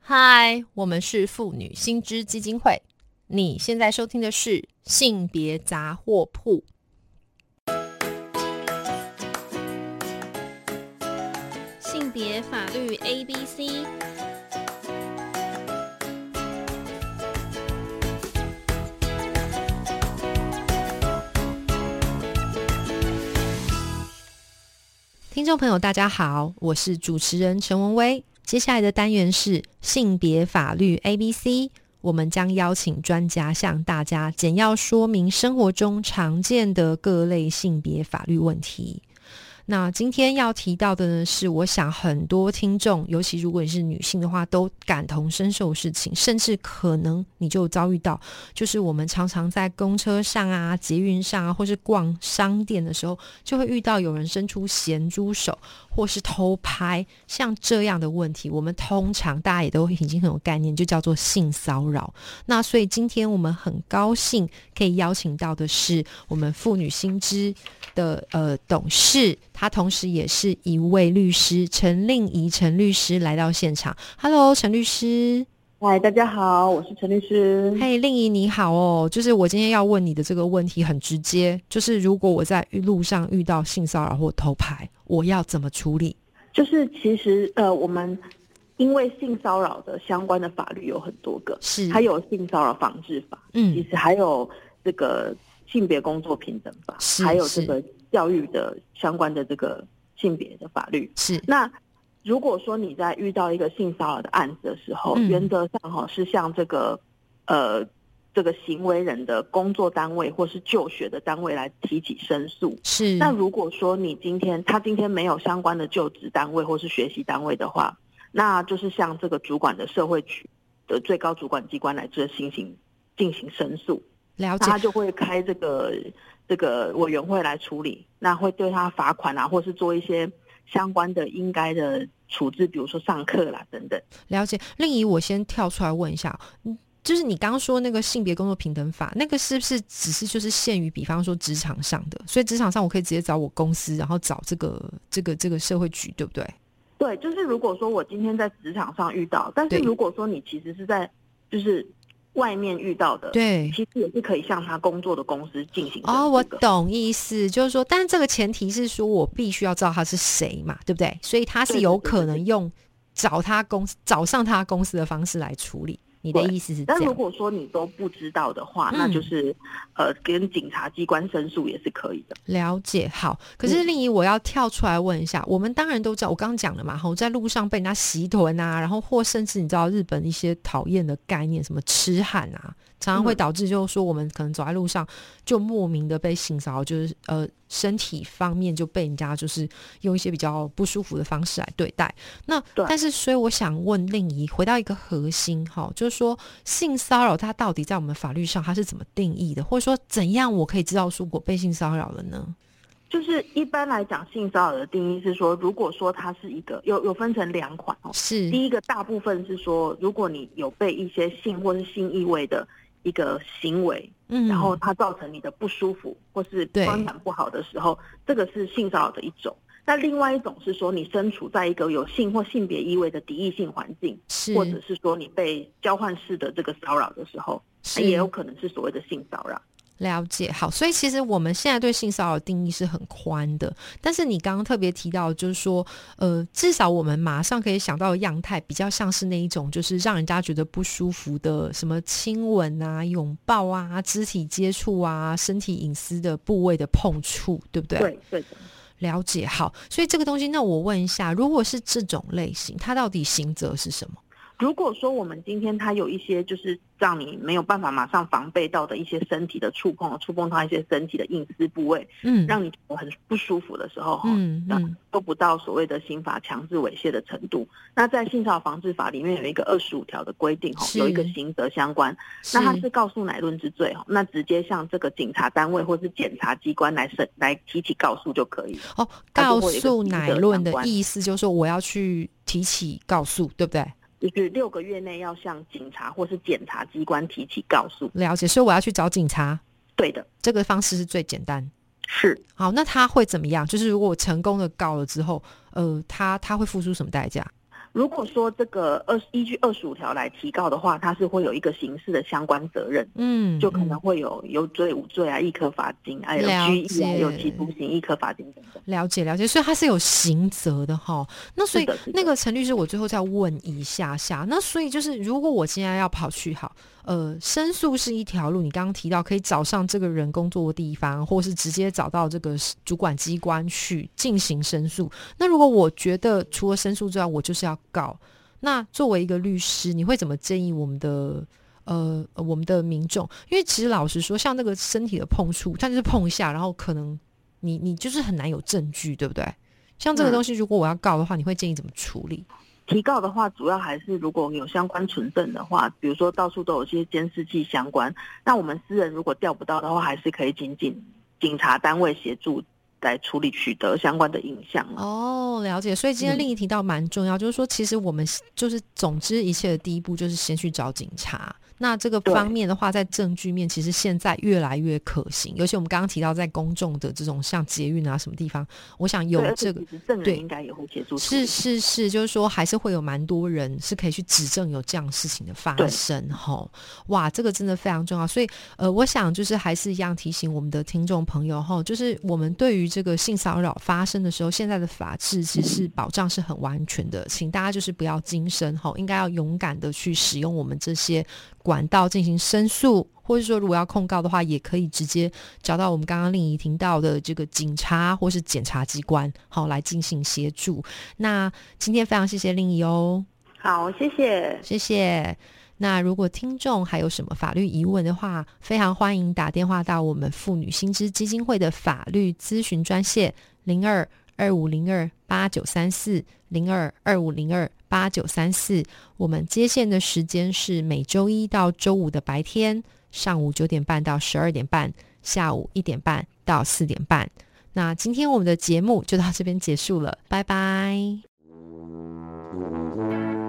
嗨，我们是妇女新知基金会，你现在收听的是性别杂货铺。 性别法律 ABC。 听众朋友大家好，我是主持人陈文威。接下来的单元是性别法律 ABC， 我们将邀请专家向大家简要说明生活中常见的各类性别法律问题。那今天要提到的呢，是我想很多听众，尤其如果你是女性的话，都感同身受的事情，甚至可能你就遭遇到，就是我们常常在公车上啊、捷运上啊，或是逛商店的时候，就会遇到有人伸出咸猪手，或是偷拍，像这样的问题，我们通常大家也都已经很有概念，就叫做性骚扰。那所以今天我们很高兴可以邀请到的是我们妇女新知的董事，他同时也是一位律师陈令仪陈律师来到现场。 Hello 陈律师。 嗨，大家好，我是陈律师。 嘿，令仪你好哦。就是我今天要问你的这个问题很直接，就是如果我在路上遇到性骚扰或偷拍，我要怎么处理？ 就是其实我们因为性骚扰的相关的法律有很多个， 是还有性骚扰防治法，其实还有这个性别工作平等法，还有这个教育的相关的这个性别的法律。 是。 那如果说你在遇到一个性骚扰的案子的时候，原则上是向这个行为人的工作单位或是就学的单位来提起申诉。 是。 那如果说他今天没有相关的就职单位或是学习单位的话，那就是向这个主管的社会局的最高主管机关来进行申诉。 了解。 那他就会开这个委员会来处理，那会对他罚款啊，或是做一些相关的应该的处置，比如说上课啦等等。 了解。令仪，我先跳出来问一下，就是你刚刚说那个性别工作平等法，那个是不是只是就是限于比方说职场上的？所以职场上我可以直接找我公司，然后找这个社会局，对不对？ 对，就是如果说我今天在职场上遇到，但是如果说你其实是在就是外面遇到的， 对， 其实也是可以向他工作的公司进行。 我懂意思，就是说，但是这个前提是说我必须要知道他是谁嘛，对不对？所以他是有可能用找上他公司的方式来处理。你的意思是这样？ 但如果说你都不知道的话，那就是跟警察机关申诉也是可以的。 了解。好，可是令仪，我要跳出来问一下，我们当然都知道，我刚刚讲了嘛，在路上被人家袭臀啊，然后或甚至你知道日本一些讨厌的概念，什么痴汉啊，常常会导致就是说我们可能走在路上就莫名的被性骚扰，就是身体方面就被人家就是用一些比较不舒服的方式来对待。那但是所以我想问令仪，回到一个核心就是说性骚扰它到底在我们法律上它是怎么定义的，或者说怎样我可以知道说我被性骚扰了呢？ 就是一般来讲，性骚扰的定义是说，如果说它是一个有分成两款是。 第一个大部分是说，如果你有被一些性或是性意味的一个行为，然后它造成你的不舒服或是观感不好的时候，这个是性骚扰的一种。那另外一种是说，你身处在一个有性或性别意味的敌意性环境，或者是说你被交换式的这个骚扰的时候，也有可能是所谓的性骚扰。 了解。好，所以其实我们现在对性骚扰的定义是很宽的，但是你刚刚特别提到就是说至少我们马上可以想到的样态比较像是那一种就是让人家觉得不舒服的，什么亲吻啊、拥抱啊、肢体接触啊、身体隐私的部位的碰触，对不对？ 对，对的。 了解。好，所以这个东西，那我问一下，如果是这种类型，它到底刑责是什么？ 如果说我们今天它有一些就是让你没有办法马上防备到的一些身体的触碰到一些身体的隐私部位，让你觉得很不舒服的时候，都不到所谓的刑法强制猥亵的程度。那在性骚扰防治法里面有一个25条的规定，有一个刑责相关，那它是告诉乃论之罪，那直接向这个警察单位或是检察机关来提起告诉就可以了。 告诉乃论的意思就是说我要去提起告诉，对不对？ 就是6个月内要向警察或是检察机关提起告诉。 了解。所以我要去找警察。 对的， 这个方式是最简单。 是。 好，那他会怎么样？就是如果我成功的告了之后，他会付出什么代价？ 如果说这个依据25条来提告的话，它是会有一个刑事的相关责任，就可能会有罪、无罪啊，1颗罚金，还有拘役啊，有期徒刑1颗罚金等等。 了解，所以它是有刑责的齁。那所以那个陈律师，我最后再问一下，那所以就是如果我现在要跑去申诉是一条路，你刚刚提到可以找上这个人工作的地方，或是直接找到这个主管机关去进行申诉。那如果我觉得除了申诉之外，我就是要告，那作为一个律师，你会怎么建议我们的民众？因为其实老实说，像那个身体的碰触，它就是碰一下，然后可能你就是很难有证据，对不对？像这个东西，如果我要告的话，你会建议怎么处理？ 提告的话，主要还是如果有相关存证的话，比如说到处都有些监视器相关，那我们私人如果调不到的话，还是可以请警察单位协助来处理取得相关的影像。 了解。所以今天另一提到蛮重要，就是说其实我们就是总之一切的第一步就是先去找警察。那这个方面的话，在证据面其实现在越来越可行，尤其我们刚刚提到在公众的这种像捷运啊什么地方，我想有这个证人应该也会协助处理。 是，就是说还是会有蛮多人是可以去指证有这样事情的发生。哇，这个真的非常重要。所以我想就是还是一样提醒我们的听众朋友就是我们对于这个性骚扰发生的时候，现在的法制其实保障是很完全的，请大家就是不要惊声，应该要勇敢的去使用我们这些管道进行申诉，或者说如果要控告的话，也可以直接找到我们刚刚令仪提到的这个警察或是检察机关来进行协助。那今天非常谢谢令仪哦。 好，谢谢。 那如果听众还有什么法律疑问的话，非常欢迎打电话到我们妇女新知基金会的法律咨询专线02-2502-8934 02-2502-8934。我们接线的时间是每周一到周五的白天，上午9点半到12点半，下午1点半到4点半。那今天我们的节目就到这边结束了，拜拜。